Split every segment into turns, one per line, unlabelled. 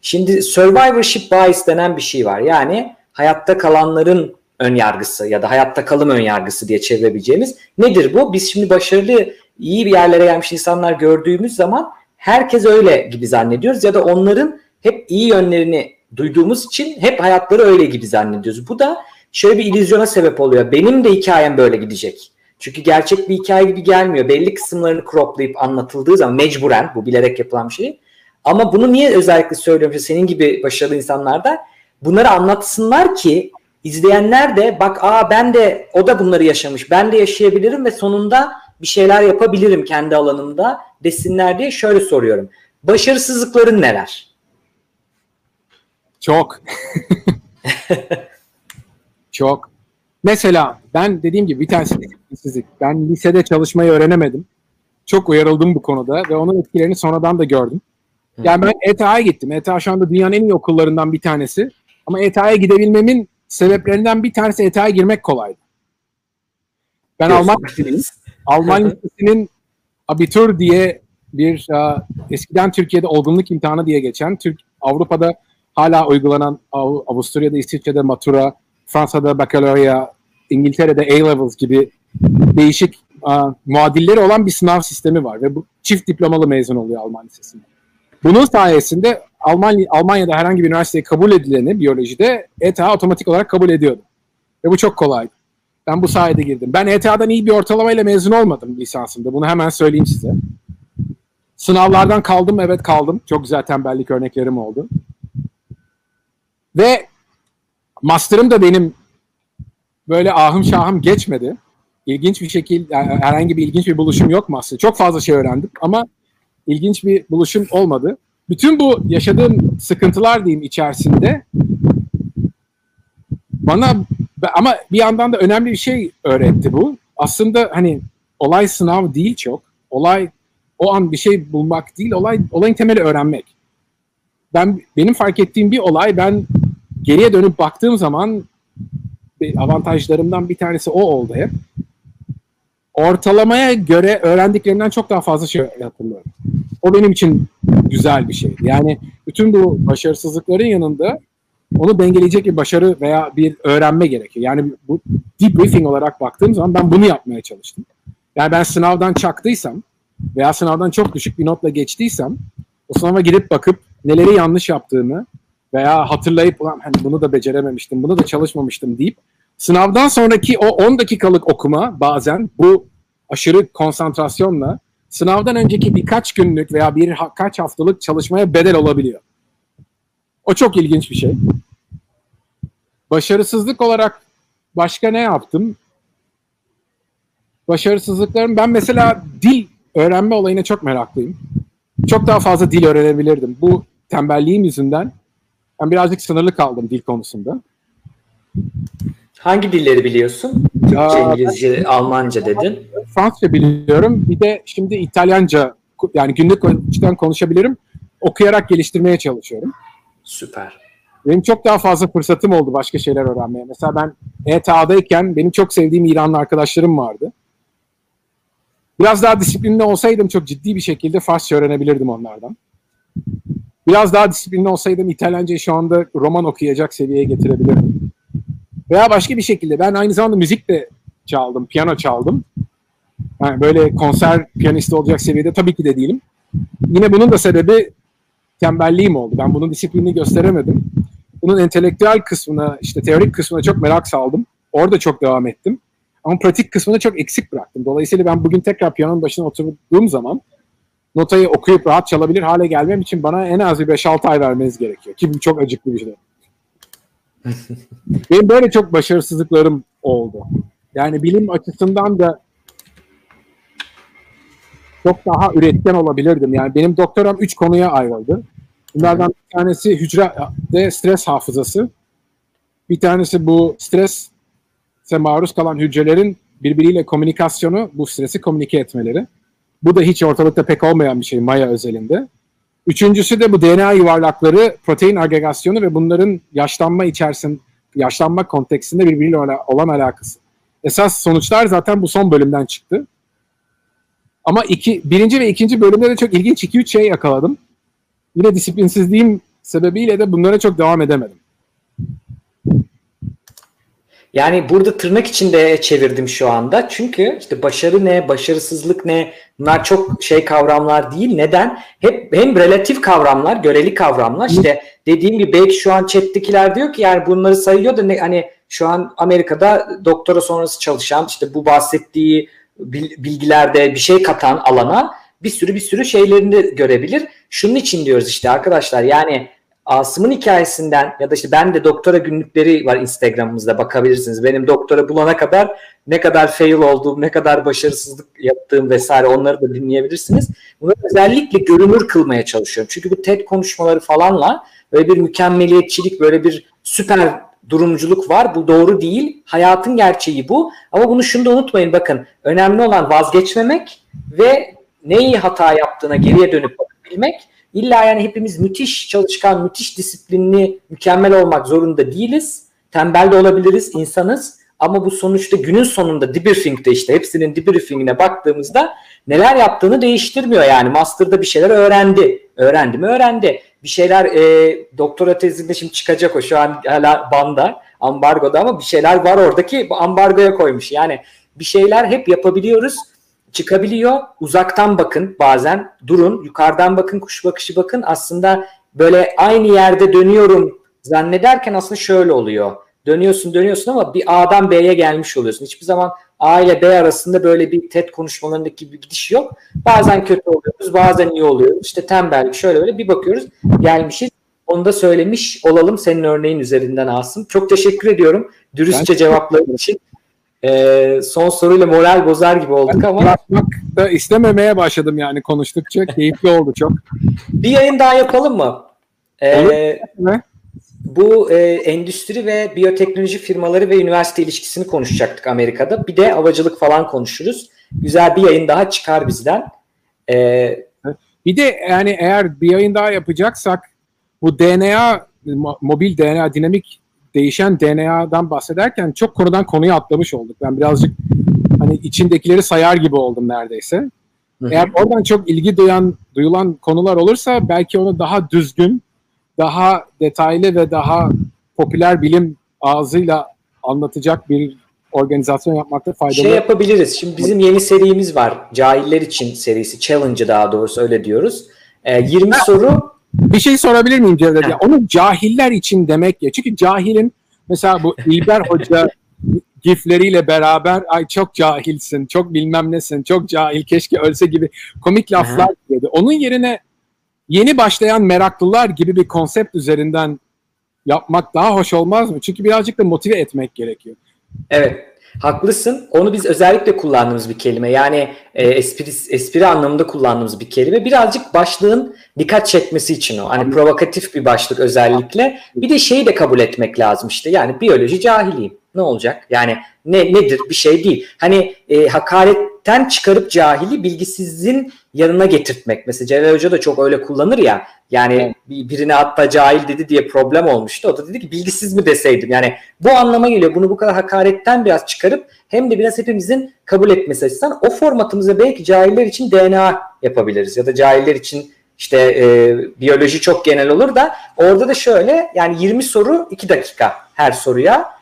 Şimdi survivorship bias denen bir şey var. Yani hayatta kalanların ön yargısı ya da hayatta kalım ön yargısı diye çevirebileceğimiz. Nedir bu? Biz şimdi başarılı, iyi bir yerlere gelmiş insanlar gördüğümüz zaman herkes öyle gibi zannediyoruz ya da onların hep iyi yönlerini duyduğumuz için hep hayatları öyle gibi zannediyoruz. Bu da şöyle bir illüzyona sebep oluyor. Benim de hikayem böyle gidecek. Çünkü gerçek bir hikaye gibi gelmiyor. Belli kısımlarını croplayıp anlatıldığı zaman mecburen, bu bilerek yapılan bir şey. Ama bunu niye özellikle söylüyorum? Senin gibi başarılı insanlar da bunları anlatsınlar ki izleyenler de bak ben de, o da bunları yaşamış, ben de yaşayabilirim ve sonunda bir şeyler yapabilirim kendi alanımda desinler diye şöyle soruyorum. Başarısızlıkların neler?
Çok. Çok. Mesela ben dediğim gibi bir tanesi disiplinsizlik. Ben lisede çalışmayı öğrenemedim. Çok uyarıldım bu konuda ve onun etkilerini sonradan da gördüm. Yani ben ETH'ye gittim. ETH şu anda dünyanın en iyi okullarından bir tanesi. Ama ETH'ye gidebilmemin sebeplerinden bir tanesi ETH'ye girmek kolaydı. Ben Alman lisesiyim. Alman lisesinin Abitur diye bir eskiden Türkiye'de olgunluk imtihanı diye geçen, Avrupa'da hala uygulanan, Avusturya'da, İsviçre'de Matura, Fransa'da Baccalaureate, İngiltere'de A-Levels gibi değişik muadilleri olan bir sınav sistemi var ve bu çift diplomalı mezun oluyor Alman lisesinde. Bunun sayesinde Almanya'da herhangi bir üniversiteye kabul edileni biyolojide ETH otomatik olarak kabul ediyordu. Ve bu çok kolaydı. Ben bu sayede girdim. Ben ETH'den iyi bir ortalamayla mezun olmadım lisansımda. Bunu hemen söyleyeyim size. Sınavlardan kaldım, evet kaldım. Çok güzel tembellik örneklerim oldu. Ve master'ım da benim böyle ahım şahım geçmedi. İlginç bir şekilde, herhangi bir ilginç bir buluşum yok master. Çok fazla şey öğrendim ama ilginç bir buluşum olmadı. Bütün bu yaşadığım sıkıntılar diyeyim içerisinde bana, ama bir yandan da önemli bir şey öğretti bu. Aslında hani olay sınav değil çok. Olay o an bir şey bulmak değil. Olayın temeli öğrenmek. Benim fark ettiğim bir olay, ben geriye dönüp baktığım zaman avantajlarımdan bir tanesi o oldu hep. Ortalamaya göre öğrendiklerimden çok daha fazla şey hatırlıyorum. O benim için güzel bir şeydi. Yani bütün bu başarısızlıkların yanında onu dengeleyecek bir başarı veya bir öğrenme gerekiyor. Yani bu debriefing olarak baktığım zaman ben bunu yapmaya çalıştım. Yani ben sınavdan çaktıysam veya sınavdan çok düşük bir notla geçtiysem o sınava girip bakıp neleri yanlış yaptığımı veya hatırlayıp hani bunu da becerememiştim, bunu da çalışmamıştım deyip sınavdan sonraki o 10 dakikalık okuma bazen bu aşırı konsantrasyonla sınavdan önceki birkaç günlük veya birkaç haftalık çalışmaya bedel olabiliyor. O çok ilginç bir şey. Başarısızlık olarak başka ne yaptım? Başarısızlıklarım, ben mesela dil öğrenme olayına çok meraklıyım. Çok daha fazla dil öğrenebilirdim. Bu tembelliğim yüzünden ben birazcık sınırlı kaldım dil konusunda.
Hangi dilleri biliyorsun? Türkçe, İngilizce, Almanca dedin.
Fransızca biliyorum. Bir de şimdi İtalyanca, yani günlük konuşabilirim. Okuyarak geliştirmeye çalışıyorum.
Süper.
Benim çok daha fazla fırsatım oldu başka şeyler öğrenmeye. Mesela ben ETH'dayken benim çok sevdiğim İranlı arkadaşlarım vardı. Biraz daha disiplinli olsaydım çok ciddi bir şekilde Farsça öğrenebilirdim onlardan. Biraz daha disiplinli olsaydım İtalyancayı şu anda roman okuyacak seviyeye getirebilirdim. Veya başka bir şekilde ben aynı zamanda müzik de çaldım, piyano çaldım. Yani böyle konser piyanisti olacak seviyede tabii ki de değilim. Yine bunun da sebebi tembelliğim oldu. Ben bunun disiplinini gösteremedim. Bunun entelektüel kısmına, işte teorik kısmına çok merak saldım. Orada çok devam ettim. Ama pratik kısmını çok eksik bıraktım. Dolayısıyla ben bugün tekrar piyanonun başına oturduğum zaman notayı okuyup rahat çalabilir hale gelmem için bana en az bir 5-6 ay vermeniz gerekiyor. Ki bu çok acıklı bir şey. Benim böyle çok başarısızlıklarım oldu. Yani bilim açısından da çok daha üretken olabilirdim. Yani benim doktoram 3 konuya ayrıldı. Bunlardan bir tanesi hücrede stres hafızası. Bir tanesi bu strese maruz kalan hücrelerin birbiriyle komünikasyonu, bu stresi komünike etmeleri. Bu da hiç ortalıkta pek olmayan bir şey Maya özelinde. Üçüncüsü de bu DNA yuvarlakları, protein agregasyonu ve bunların yaşlanma kontekstinde birbiriyle olan alakası. Esas sonuçlar zaten bu son bölümden çıktı. Ama birinci ve ikinci bölümde de çok ilginç 2-3 şey yakaladım. Yine disiplinsizliğim sebebiyle de bunlara çok devam edemedim.
Yani burada tırnak içinde çevirdim şu anda. Çünkü işte başarı ne, başarısızlık ne, bunlar çok kavramlar değil. Neden? Hep hem relatif kavramlar, göreli kavramlar. İşte dediğim gibi belki şu an chat'tekiler diyor ki yani bunları sayıyor da hani şu an Amerika'da doktora sonrası çalışan, işte bu bahsettiği bilgilerde bir şey katan alana bir sürü şeylerini de görebilir. Şunun için diyoruz işte arkadaşlar, yani Asım'ın hikayesinden ya da işte ben de doktora günlükleri var Instagram'ımızda, bakabilirsiniz. Benim doktora bulana kadar ne kadar fail olduğum, ne kadar başarısızlık yaptığım vesaire, onları da dinleyebilirsiniz. Bunu özellikle görünür kılmaya çalışıyorum. Çünkü bu TED konuşmaları falanla böyle bir mükemmeliyetçilik, böyle bir süper durumculuk var. Bu doğru değil. Hayatın gerçeği bu. Ama bunu şunu da unutmayın, bakın. Önemli olan vazgeçmemek ve neyi hata yaptığına geriye dönüp bakabilmek. İlla yani hepimiz müthiş çalışkan, müthiş disiplinli, mükemmel olmak zorunda değiliz. Tembel de olabiliriz, insanız. Ama bu sonuçta günün sonunda debriefing'de, işte hepsinin debriefing'ine baktığımızda neler yaptığını değiştirmiyor yani. Master'da bir şeyler öğrendi. Öğrendi mi? Öğrendi. Bir şeyler doktora tezinde şimdi çıkacak, o şu an hala banda, ambargoda, ama bir şeyler var oradaki ambargoya koymuş. Yani bir şeyler hep yapabiliyoruz. Çıkabiliyor. Uzaktan bakın bazen. Durun. Yukarıdan bakın. Kuş bakışı bakın. Aslında böyle aynı yerde dönüyorum zannederken aslında şöyle oluyor. Dönüyorsun ama bir A'dan B'ye gelmiş oluyorsun. Hiçbir zaman A ile B arasında böyle bir TED konuşmalarındaki bir gidiş yok. Bazen kötü oluyoruz. Bazen iyi oluyoruz. İşte tembellik şöyle böyle bir bakıyoruz. Gelmişiz. Onu da söylemiş olalım senin örneğin üzerinden Asım. Çok teşekkür ediyorum dürüstçe cevapların için. Son soruyla moral bozar gibi olduk ama.
Bırakmak da istememeye başladım yani konuştukça. Keyifli oldu çok.
Bir yayın daha yapalım mı?
Olur.
Bu endüstri ve biyoteknoloji firmaları ve üniversite ilişkisini konuşacaktık Amerika'da. Bir de havacılık falan konuşuruz. Güzel bir yayın daha çıkar bizden.
Bir de yani eğer bir yayın daha yapacaksak bu DNA, mobil DNA, dinamik değişen DNA'dan bahsederken çok konudan konuya atlamış olduk. Ben birazcık hani içindekileri sayar gibi oldum neredeyse. Hı-hı. Eğer oradan çok ilgi duyulan konular olursa belki onu daha düzgün, daha detaylı ve daha popüler bilim ağzıyla anlatacak bir organizasyon yapmakta faydalı.
Yapabiliriz. Şimdi bizim yeni serimiz var. Cahiller için serisi. Challenge'ı daha doğrusu öyle diyoruz. 20 soru.
Bir şey sorabilir miyim Cevdet? Onu cahiller için demek ya. Çünkü cahilin mesela bu İlber Hoca gifleriyle beraber ay çok cahilsin, çok bilmem nesin, çok cahil, keşke ölse gibi komik laflar dedi. Onun yerine yeni başlayan meraklılar gibi bir konsept üzerinden yapmak daha hoş olmaz mı? Çünkü birazcık da motive etmek gerekiyor.
Evet. Haklısın. Onu biz özellikle kullandığımız bir kelime. Yani espri anlamında kullandığımız bir kelime. Birazcık başlığın dikkat çekmesi için o. Hani provokatif bir başlık özellikle. Bir de şeyi de kabul etmek lazım işte. Yani biyoloji cahiliyim. Ne olacak? Yani nedir? Bir şey değil. Hani hakaretten çıkarıp cahili bilgisizliğin yanına getirtmek. Mesela Celal Hoca da çok öyle kullanır ya. Yani birine hatta cahil dedi diye problem olmuştu. O da dedi ki bilgisiz mi deseydim. Yani bu anlama geliyor. Bunu bu kadar hakaretten biraz çıkarıp hem de biraz hepimizin kabul etmesi açısından o formatımızda belki cahiller için DNA yapabiliriz. Ya da cahiller için işte biyoloji çok genel olur da orada da şöyle yani 20 soru 2 dakika her soruya.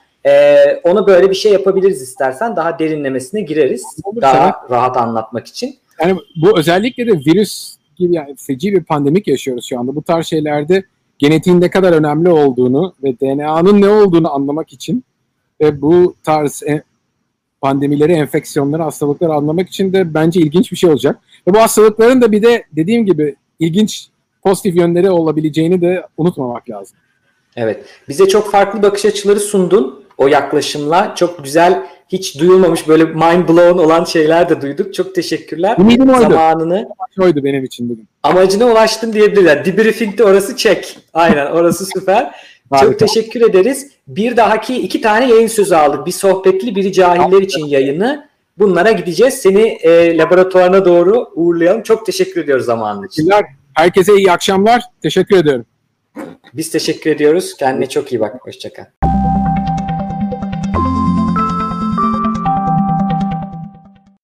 Onu böyle bir şey yapabiliriz istersen. Daha derinlemesine gireriz. Daha rahat anlatmak için.
Yani bu özellikle de virüs gibi yani feci bir pandemik yaşıyoruz şu anda. Bu tarz şeylerde genetiğin ne kadar önemli olduğunu ve DNA'nın ne olduğunu anlamak için ve bu tarz pandemileri, enfeksiyonları, hastalıkları anlamak için de bence ilginç bir şey olacak. Ve bu hastalıkların da bir de dediğim gibi ilginç pozitif yönleri olabileceğini de unutmamak lazım.
Evet. Bize çok farklı bakış açıları sundun. O yaklaşımla çok güzel, hiç duyulmamış böyle mind blown olan şeyler de duyduk. Çok teşekkürler.
Umidim oydu.
Zamanını.
Oydu benim için bugün.
Amacına ulaştın diyebilirler. Debriefing'de orası çek. Aynen, orası süper. Çok teşekkür ederiz. Bir dahaki 2 tane yayın sözü aldık. Bir sohbetli, biri cahiller için yayını. Bunlara gideceğiz. Seni laboratuvarına doğru uğurlayalım. Çok teşekkür ediyoruz zamanın için.
Herkese iyi akşamlar. Teşekkür ediyorum.
Biz teşekkür ediyoruz. Kendine çok iyi bak. Hoşça kal.